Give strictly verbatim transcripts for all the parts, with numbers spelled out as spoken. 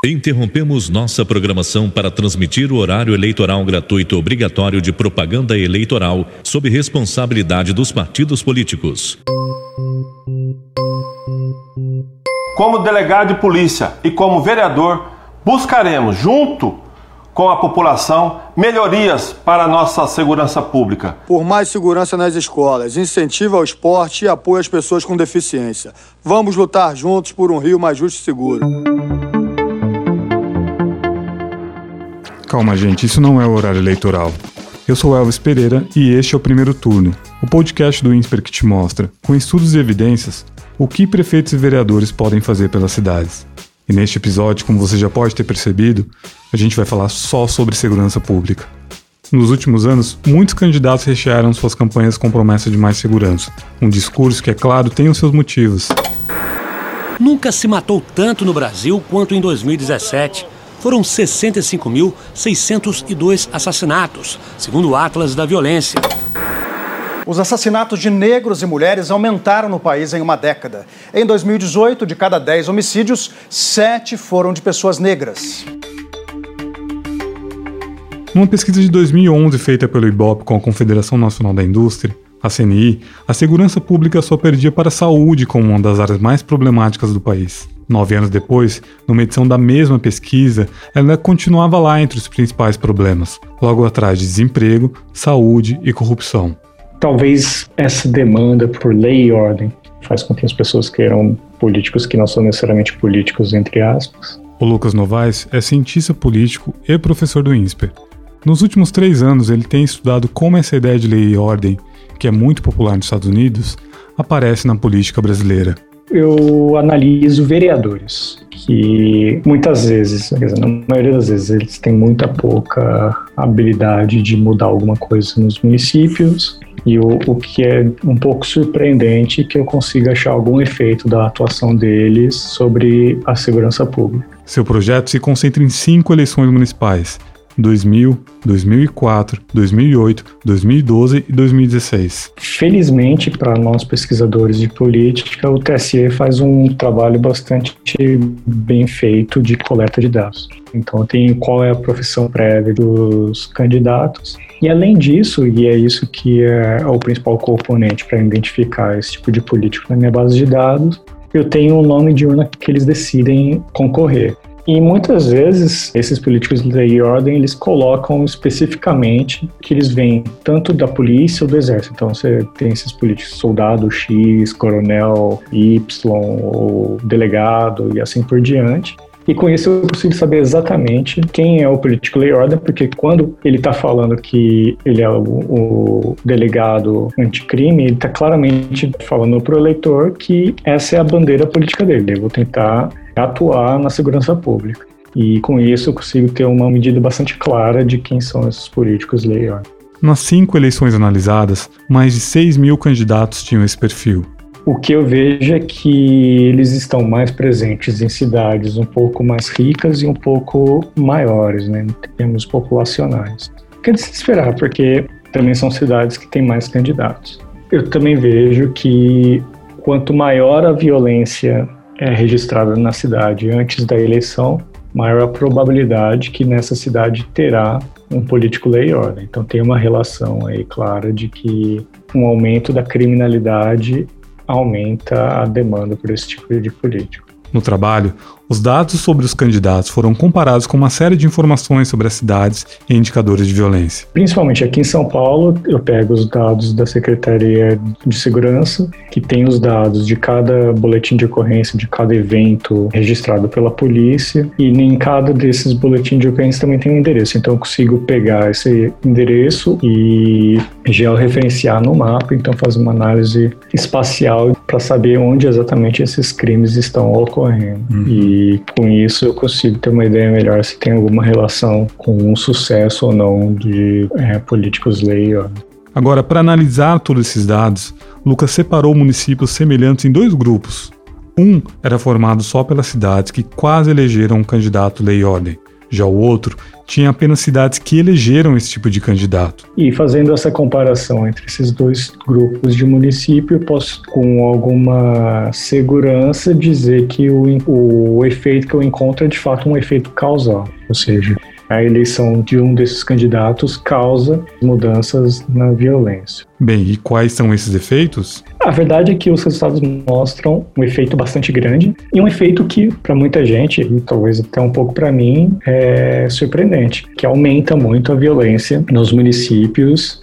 Interrompemos nossa programação para transmitir o horário eleitoral gratuito obrigatório de propaganda eleitoral sob responsabilidade dos partidos políticos. Como delegado de polícia e como vereador, buscaremos, junto com a população, melhorias para a nossa segurança pública. Por mais segurança nas escolas, incentivo ao esporte e apoio às pessoas com deficiência. Vamos lutar juntos por um Rio mais justo e seguro. Calma, gente, isso não é o horário eleitoral. Eu sou Elvis Pereira e este é o Primeiro Turno, o podcast do INSPER que te mostra, com estudos e evidências, o que prefeitos e vereadores podem fazer pelas cidades. E neste episódio, como você já pode ter percebido, a gente vai falar só sobre segurança pública. Nos últimos anos, muitos candidatos rechearam suas campanhas com promessa de mais segurança, um discurso que, é claro, tem os seus motivos. Nunca se matou tanto no Brasil quanto em dois mil e dezessete. Foram sessenta e cinco mil, seiscentos e dois assassinatos, segundo o Atlas da Violência. Os assassinatos de negros e mulheres aumentaram no país em uma década. Em dois mil e dezoito, de cada dez homicídios, sete foram de pessoas negras. Numa pesquisa de dois mil e onze feita pelo Ibope com a Confederação Nacional da Indústria, a C N I, a segurança pública só perdia para a saúde como uma das áreas mais problemáticas do país. Nove anos depois, numa edição da mesma pesquisa, ela continuava lá entre os principais problemas, logo atrás de desemprego, saúde e corrupção. Talvez essa demanda por lei e ordem faz com que as pessoas queiram políticos que não são necessariamente políticos, entre aspas. O Lucas Novaes é cientista político e professor do INSPER. Nos últimos três anos, ele tem estudado como essa ideia de lei e ordem, que é muito popular nos Estados Unidos, aparece na política brasileira. Eu analiso vereadores, que muitas vezes, quer dizer, na maioria das vezes, eles têm muita pouca habilidade de mudar alguma coisa nos municípios, e o, o que é um pouco surpreendente é que eu consiga achar algum efeito da atuação deles sobre a segurança pública. Seu projeto se concentra em cinco eleições municipais: dois mil, dois mil e quatro, dois mil e oito, dois mil e doze e dois mil e dezesseis. Felizmente, para nós pesquisadores de política, o T S E faz um trabalho bastante bem feito de coleta de dados. Então, tem qual é a profissão prévia dos candidatos. E além disso, e é isso que é o principal componente para identificar esse tipo de político na minha base de dados, eu tenho o nome de urna que eles decidem concorrer. E muitas vezes, esses políticos de lei e ordem, eles colocam especificamente que eles vêm tanto da polícia ou do exército. Então, você tem esses políticos, soldado X, coronel Y, ou delegado e assim por diante. E com isso eu consigo saber exatamente quem é o político lei e ordem, porque quando ele está falando que ele é o, o delegado anticrime, ele está claramente falando para o eleitor que essa é a bandeira política dele. Eu vou tentar atuar na segurança pública. E com isso eu consigo ter uma medida bastante clara de quem são esses políticos lei e ordem. Nas cinco eleições analisadas, mais de seis mil candidatos tinham esse perfil. O que eu vejo é que eles estão mais presentes em cidades um pouco mais ricas e um pouco maiores, né, em termos populacionais. O que é de se esperar, porque também são cidades que têm mais candidatos. Eu também vejo que quanto maior a violência é registrada na cidade antes da eleição, maior a probabilidade que nessa cidade terá um político lei e ordem. Então tem uma relação aí clara de que um aumento da criminalidade aumenta a demanda por esse tipo de político. No trabalho, os dados sobre os candidatos foram comparados com uma série de informações sobre as cidades e indicadores de violência. Principalmente aqui em São Paulo, eu pego os dados da Secretaria de Segurança, que tem os dados de cada boletim de ocorrência, de cada evento registrado pela polícia, e em cada desses boletins de ocorrência também tem um endereço. Então eu consigo pegar esse endereço e georreferenciar no mapa, então fazer uma análise espacial para saber onde exatamente esses crimes estão ocorrendo. Uhum. E com isso eu consigo ter uma ideia melhor se tem alguma relação com um sucesso ou não de é, políticos lei e ordem. Agora, para analisar todos esses dados, Lucas separou municípios semelhantes em dois grupos. Um era formado só pelas cidades que quase elegeram um candidato lei e ordem. Já o outro tinha apenas cidades que elegeram esse tipo de candidato. E fazendo essa comparação entre esses dois grupos de município, eu posso, com alguma segurança, dizer que o, o efeito que eu encontro é de fato um efeito causal, ou seja, a eleição de um desses candidatos causa mudanças na violência. Bem, e quais são esses efeitos? A verdade é que os resultados mostram um efeito bastante grande e um efeito que, para muita gente, e talvez até um pouco para mim, é surpreendente, que aumenta muito a violência nos municípios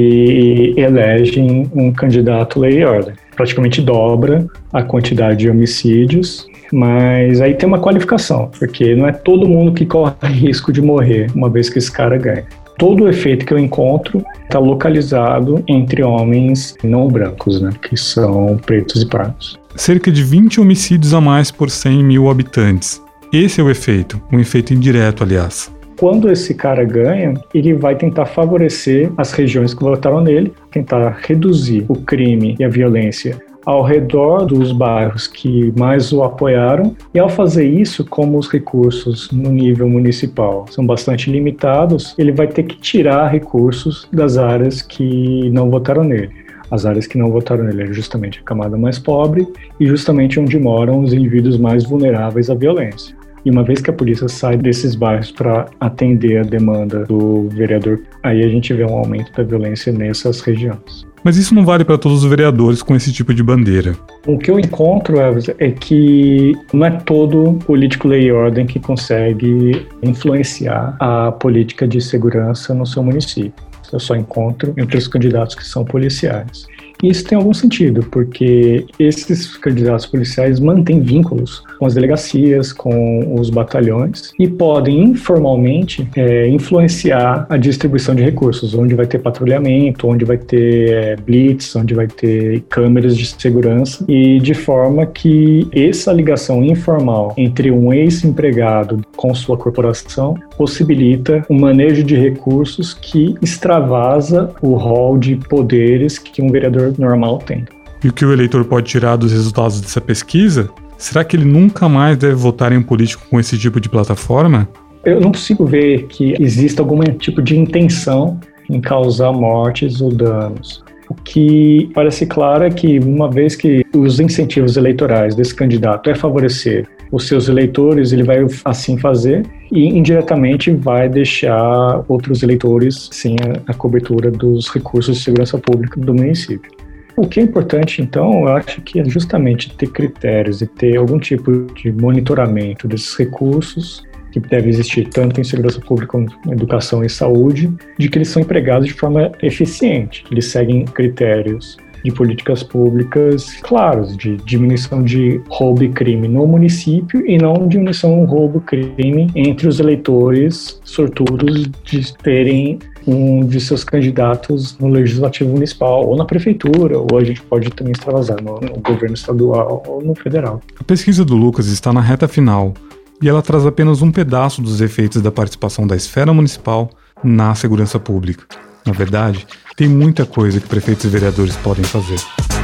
que elegem um candidato lei e ordem. Praticamente dobra a quantidade de homicídios. Mas aí tem uma qualificação, porque não é todo mundo que corre risco de morrer uma vez que esse cara ganha. Todo o efeito que eu encontro está localizado entre homens não brancos, né, que são pretos e pardos. Cerca de vinte homicídios a mais por cem mil habitantes. Esse é o efeito, um efeito indireto, aliás. Quando esse cara ganha, ele vai tentar favorecer as regiões que votaram nele, tentar reduzir o crime e a violência ao redor dos bairros que mais o apoiaram, e ao fazer isso, como os recursos no nível municipal são bastante limitados, ele vai ter que tirar recursos das áreas que não votaram nele. As áreas que não votaram nele é justamente a camada mais pobre e justamente onde moram os indivíduos mais vulneráveis à violência. E uma vez que a polícia sai desses bairros para atender a demanda do vereador, aí a gente vê um aumento da violência nessas regiões. Mas isso não vale para todos os vereadores com esse tipo de bandeira. O que eu encontro, Elvis, é que não é todo político lei e ordem que consegue influenciar a política de segurança no seu município. Eu só encontro entre os candidatos que são policiais. E isso tem algum sentido, porque esses candidatos policiais mantêm vínculos com as delegacias, com os batalhões e podem informalmente é, influenciar a distribuição de recursos, onde vai ter patrulhamento, onde vai ter é, blitz, onde vai ter câmeras de segurança, e de forma que essa ligação informal entre um ex-empregado com sua corporação possibilita um manejo de recursos que extravasa o rol de poderes que um vereador normal tem. E o que o eleitor pode tirar dos resultados dessa pesquisa? Será que ele nunca mais deve votar em um político com esse tipo de plataforma? Eu não consigo ver que exista algum tipo de intenção em causar mortes ou danos. O que parece claro é que, uma vez que os incentivos eleitorais desse candidato é favorecer os seus eleitores, ele vai assim fazer e indiretamente vai deixar outros eleitores sem a, a cobertura dos recursos de segurança pública do município. O que é importante, então, eu acho que é justamente ter critérios e ter algum tipo de monitoramento desses recursos, que deve existir tanto em segurança pública como em educação e saúde, de que eles são empregados de forma eficiente. Eles seguem critérios de políticas públicas claros, de diminuição de roubo e crime no município e não diminuição de roubo e crime entre os eleitores sortudos de terem um de seus candidatos no legislativo municipal ou na prefeitura, ou a gente pode também extravasar no, no governo estadual ou no federal. A pesquisa do Lucas está na reta final e ela traz apenas um pedaço dos efeitos da participação da esfera municipal na segurança pública. Na verdade, tem muita coisa que prefeitos e vereadores podem fazer.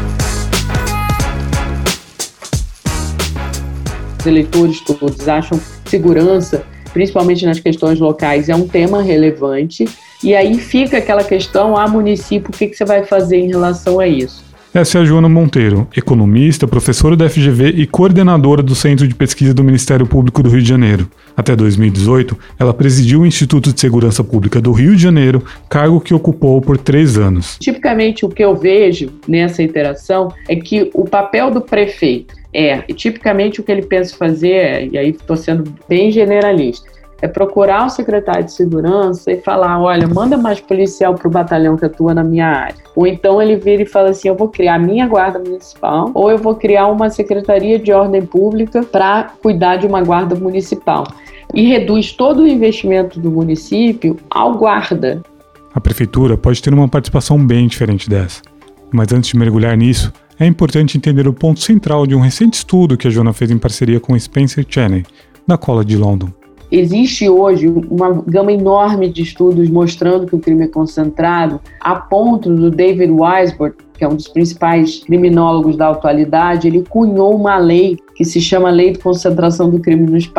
Os eleitores todos acham segurança, principalmente nas questões locais, é um tema relevante. E aí fica aquela questão, ah, município, o que, que você vai fazer em relação a isso? Essa é a Joana Monteiro, economista, professora da F G V e coordenadora do Centro de Pesquisa do Ministério Público do Rio de Janeiro. Até dois mil e dezoito, ela presidiu o Instituto de Segurança Pública do Rio de Janeiro, cargo que ocupou por três anos. Tipicamente, o que eu vejo nessa interação é que o papel do prefeito é, e tipicamente o que ele pensa fazer, é, e aí estou sendo bem generalista, é procurar o secretário de segurança e falar, olha, manda mais policial para o batalhão que atua na minha área. Ou então ele vira e fala assim, eu vou criar a minha guarda municipal, ou eu vou criar uma secretaria de ordem pública para cuidar de uma guarda municipal. E reduz todo o investimento do município ao guarda. A prefeitura pode ter uma participação bem diferente dessa. Mas antes de mergulhar nisso, é importante entender o ponto central de um recente estudo que a Joana fez em parceria com Spencer Cheney, da College de London. Existe hoje uma gama enorme de estudos mostrando que o crime é concentrado, a ponto do David Weisbrot, que é um dos principais criminólogos da atualidade, ele cunhou uma lei que se chama Lei de Concentração do Crime no Espaço,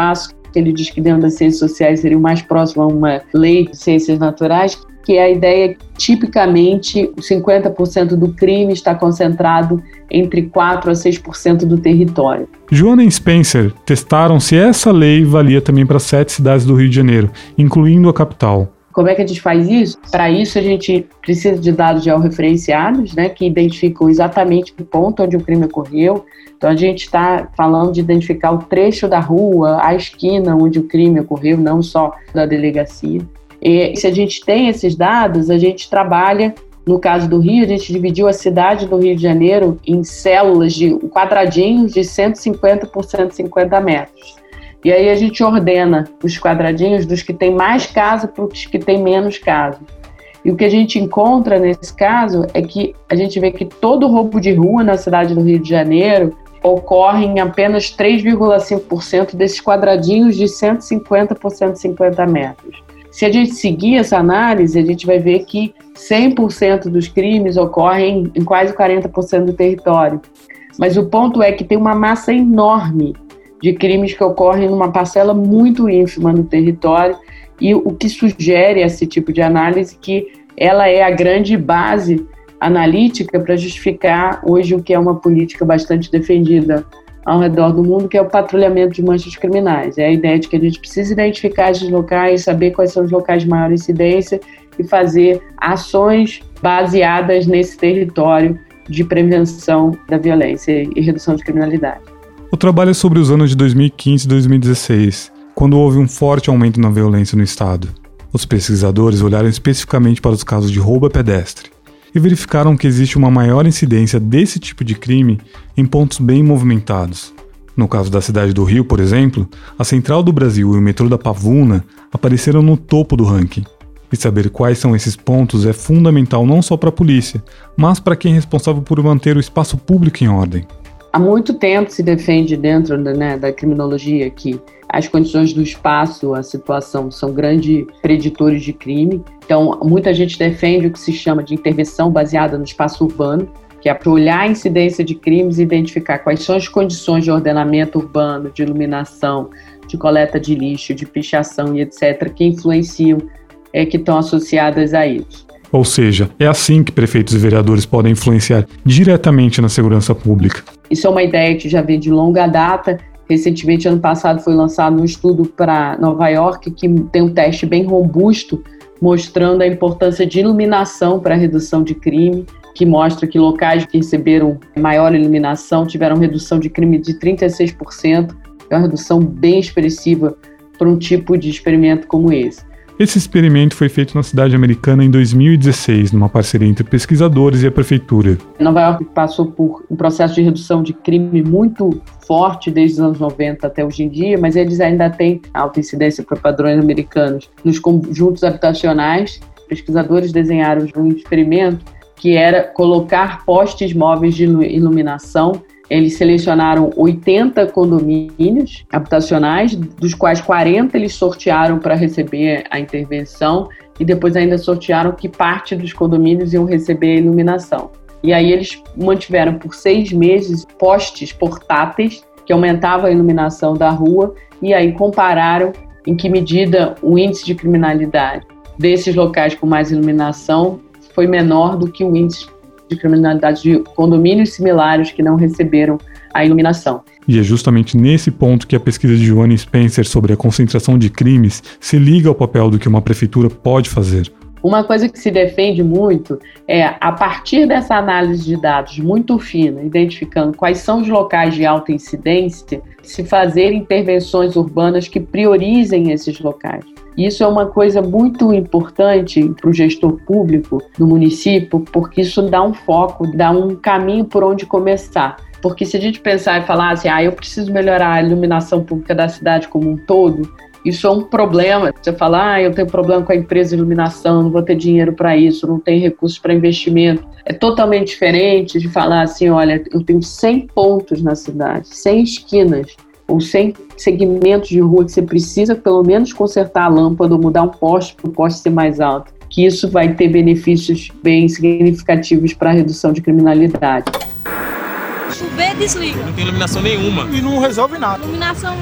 que ele diz que dentro das ciências sociais seria o mais próximo a uma lei de ciências naturais, que é a ideia que, tipicamente, cinquenta por cento do crime está concentrado entre quatro a seis por cento do território. Joana e Spencer testaram se essa lei valia também para sete cidades do Rio de Janeiro, incluindo a capital. Como é que a gente faz isso? Para isso, a gente precisa de dados georreferenciados, né, que identificam exatamente o ponto onde o crime ocorreu. Então, a gente está falando de identificar o trecho da rua, a esquina onde o crime ocorreu, não só da delegacia. E se a gente tem esses dados, a gente trabalha, no caso do Rio, a gente dividiu a cidade do Rio de Janeiro em células de quadradinhos de cento e cinquenta por cento e cinquenta metros. E aí a gente ordena os quadradinhos dos que tem mais casos para os que tem menos casos. E o que a gente encontra nesse caso é que a gente vê que todo roubo de rua na cidade do Rio de Janeiro ocorre em apenas três vírgula cinco por cento desses quadradinhos de cento e cinquenta por cento e cinquenta metros. Se a gente seguir essa análise, a gente vai ver que cem por cento dos crimes ocorrem em quase quarenta por cento do território. Mas o ponto é que tem uma massa enorme de crimes que ocorrem numa parcela muito ínfima no território, e o que sugere esse tipo de análise que ela é a grande base analítica para justificar hoje o que é uma política bastante defendida ao redor do mundo, que é o patrulhamento de manchas criminais. É a ideia de que a gente precisa identificar esses locais, saber quais são os locais de maior incidência e fazer ações baseadas nesse território de prevenção da violência e redução de criminalidade. O trabalho é sobre os anos de dois mil e quinze e dois mil e dezesseis, quando houve um forte aumento na violência no estado. Os pesquisadores olharam especificamente para os casos de roubo a pedestre e verificaram que existe uma maior incidência desse tipo de crime em pontos bem movimentados. No caso da cidade do Rio, por exemplo, a Central do Brasil e o metrô da Pavuna apareceram no topo do ranking. E saber quais são esses pontos é fundamental não só para a polícia, mas para quem é responsável por manter o espaço público em ordem. Há muito tempo se defende dentro da, né, da criminologia que as condições do espaço, a situação, são grandes preditores de crime. Então, muita gente defende o que se chama de intervenção baseada no espaço urbano, que é para olhar a incidência de crimes e identificar quais são as condições de ordenamento urbano, de iluminação, de coleta de lixo, de pichação e etcétera, que influenciam, é, que estão associadas a isso. Ou seja, é assim que prefeitos e vereadores podem influenciar diretamente na segurança pública. Isso é uma ideia que já vem de longa data. Recentemente, ano passado, foi lançado um estudo para Nova York que tem um teste bem robusto mostrando a importância de iluminação para a redução de crime, que mostra que locais que receberam maior iluminação tiveram redução de crime de trinta e seis por cento. É uma redução bem expressiva para um tipo de experimento como esse. Esse experimento foi feito na cidade americana em dois mil e dezesseis, numa parceria entre pesquisadores e a prefeitura. Nova York passou por um processo de redução de crime muito forte desde os anos noventa até hoje em dia, mas eles ainda têm alta incidência para padrões americanos. Nos conjuntos habitacionais, pesquisadores desenharam um experimento que era colocar postes móveis de iluminação. Eles selecionaram oitenta condomínios habitacionais, dos quais quarenta eles sortearam para receber a intervenção e depois ainda sortearam que parte dos condomínios iam receber a iluminação. E aí eles mantiveram por seis meses postes portáteis que aumentavam a iluminação da rua e aí compararam em que medida o índice de criminalidade desses locais com mais iluminação foi menor do que o índice de criminalidade de condomínios similares que não receberam a iluminação. E é justamente nesse ponto que a pesquisa de Joana Spencer sobre a concentração de crimes se liga ao papel do que uma prefeitura pode fazer. Uma coisa que se defende muito é, a partir dessa análise de dados muito fina, identificando quais são os locais de alta incidência, se fazer intervenções urbanas que priorizem esses locais. Isso é uma coisa muito importante para o gestor público do município, porque isso dá um foco, dá um caminho por onde começar. Porque se a gente pensar e falar assim, ah, eu preciso melhorar a iluminação pública da cidade como um todo, isso é um problema. Você fala, ah, eu tenho problema com a empresa de iluminação, não vou ter dinheiro para isso, não tenho recursos para investimento. É totalmente diferente de falar assim, olha, eu tenho cem pontos na cidade, cem esquinas, ou cem segmentos de rua que você precisa pelo menos consertar a lâmpada ou mudar um poste para o poste ser mais alto, que isso vai ter benefícios bem significativos para a redução de criminalidade. Chover, desliga. Não tem iluminação nenhuma. E não resolve nada. A iluminação lá é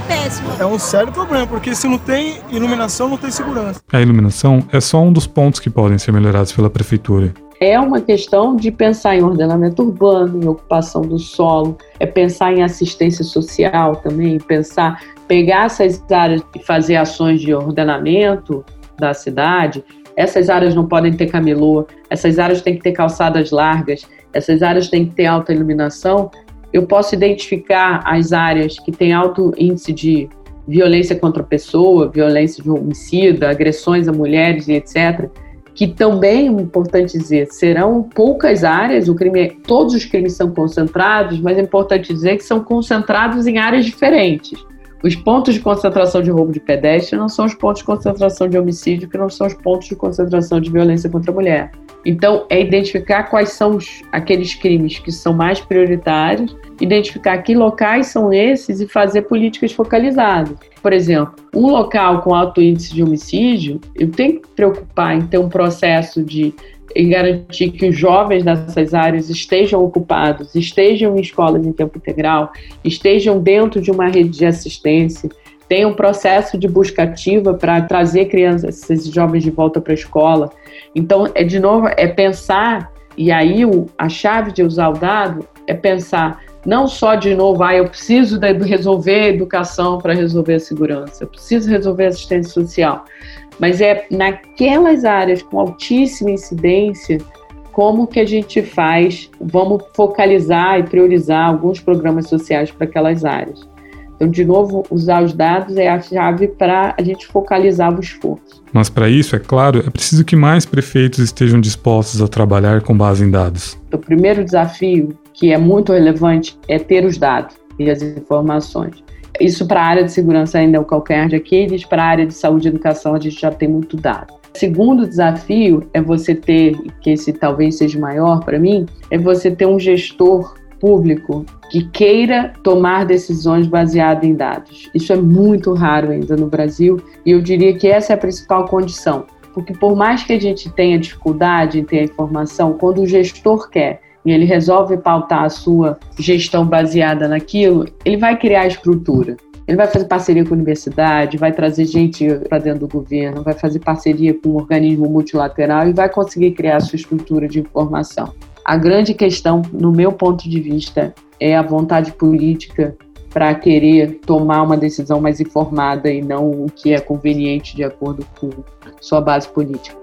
péssimo. É um sério problema, porque se não tem iluminação, não tem segurança. A iluminação é só um dos pontos que podem ser melhorados pela prefeitura. É uma questão de pensar em ordenamento urbano, em ocupação do solo, é pensar em assistência social também, pensar, pegar essas áreas e fazer ações de ordenamento da cidade. Essas áreas não podem ter camelô, essas áreas têm que ter calçadas largas, essas áreas têm que ter alta iluminação. Eu posso identificar as áreas que têm alto índice de violência contra a pessoa, violência de homicida, agressões a mulheres e etcétera, que também, é importante dizer, serão poucas áreas, o crime, todos os crimes são concentrados, mas é importante dizer que são concentrados em áreas diferentes. Os pontos de concentração de roubo de pedestre não são os pontos de concentração de homicídio, que não são os pontos de concentração de violência contra a mulher. Então, é identificar quais são os, aqueles crimes que são mais prioritários, identificar que locais são esses e fazer políticas focalizadas. Por exemplo, um local com alto índice de homicídio, eu tenho que preocupar em ter um processo de em garantir que os jovens nessas áreas estejam ocupados, estejam em escolas em tempo integral, estejam dentro de uma rede de assistência, tenham um processo de busca ativa para trazer crianças, esses jovens de volta para a escola. Então, é de novo, é pensar, e aí o, a chave de usar o dado é pensar não só de novo, ah, eu preciso de resolver a educação para resolver a segurança, eu preciso resolver a assistência social, mas é naquelas áreas com altíssima incidência, como que a gente faz, vamos focalizar e priorizar alguns programas sociais para aquelas áreas. Então, de novo, usar os dados é a chave para a gente focalizar o esforço. Mas para isso, é claro, é preciso que mais prefeitos estejam dispostos a trabalhar com base em dados. O primeiro desafio, que é muito relevante, é ter os dados e as informações. Isso para a área de segurança ainda é o calcanhar de Aquiles, para a área de saúde e educação a gente já tem muito dado. O segundo desafio é você ter, que esse talvez seja maior para mim, é você ter um gestor público que queira tomar decisões baseadas em dados. Isso é muito raro ainda no Brasil e eu diria que essa é a principal condição, porque por mais que a gente tenha dificuldade em ter a informação, quando o gestor quer e ele resolve pautar a sua gestão baseada naquilo, ele vai criar a estrutura. Ele vai fazer parceria com a universidade, vai trazer gente para dentro do governo, vai fazer parceria com um organismo multilateral e vai conseguir criar a sua estrutura de informação. A grande questão, no meu ponto de vista, é a vontade política para querer tomar uma decisão mais informada e não o que é conveniente de acordo com sua base política.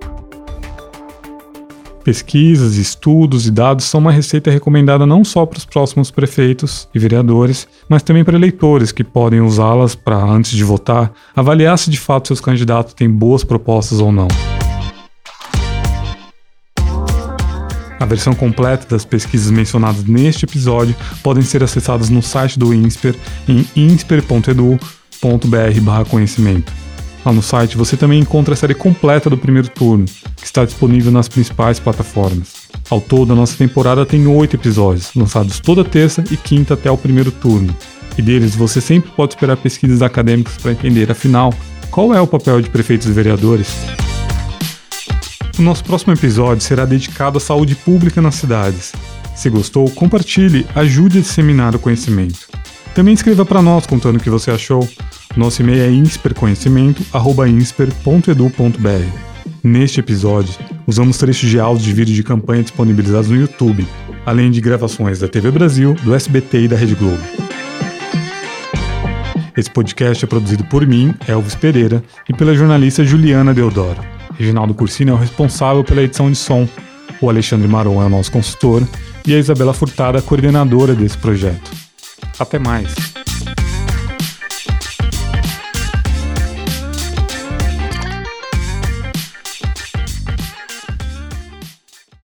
Pesquisas, estudos e dados são uma receita recomendada não só para os próximos prefeitos e vereadores, mas também para eleitores que podem usá-las para, antes de votar, avaliar se de fato seus candidatos têm boas propostas ou não. A versão completa das pesquisas mencionadas neste episódio podem ser acessadas no site do INSPER em insper ponto edu ponto br barra conhecimento. Lá no site você também encontra a série completa do primeiro turno, que está disponível nas principais plataformas. Ao todo, a nossa temporada tem oito episódios, lançados toda terça e quinta até o primeiro turno. E deles você sempre pode esperar pesquisas acadêmicas para entender, afinal, qual é o papel de prefeitos e vereadores. O nosso próximo episódio será dedicado à saúde pública nas cidades. Se gostou, compartilhe, ajude a disseminar o conhecimento. Também escreva para nós contando o que você achou. Nosso e-mail é insperconhecimento arroba insper ponto edu ponto br. Neste episódio, usamos trechos de áudio de vídeo de campanha disponibilizados no YouTube, além de gravações da T V Brasil, do S B T e da Rede Globo. Esse podcast é produzido por mim, Elvis Pereira, e pela jornalista Juliana Deodoro. Reginaldo Cursino é o responsável pela edição de som, o Alexandre Maron é o nosso consultor e a Isabela Furtada a coordenadora desse projeto. Até mais!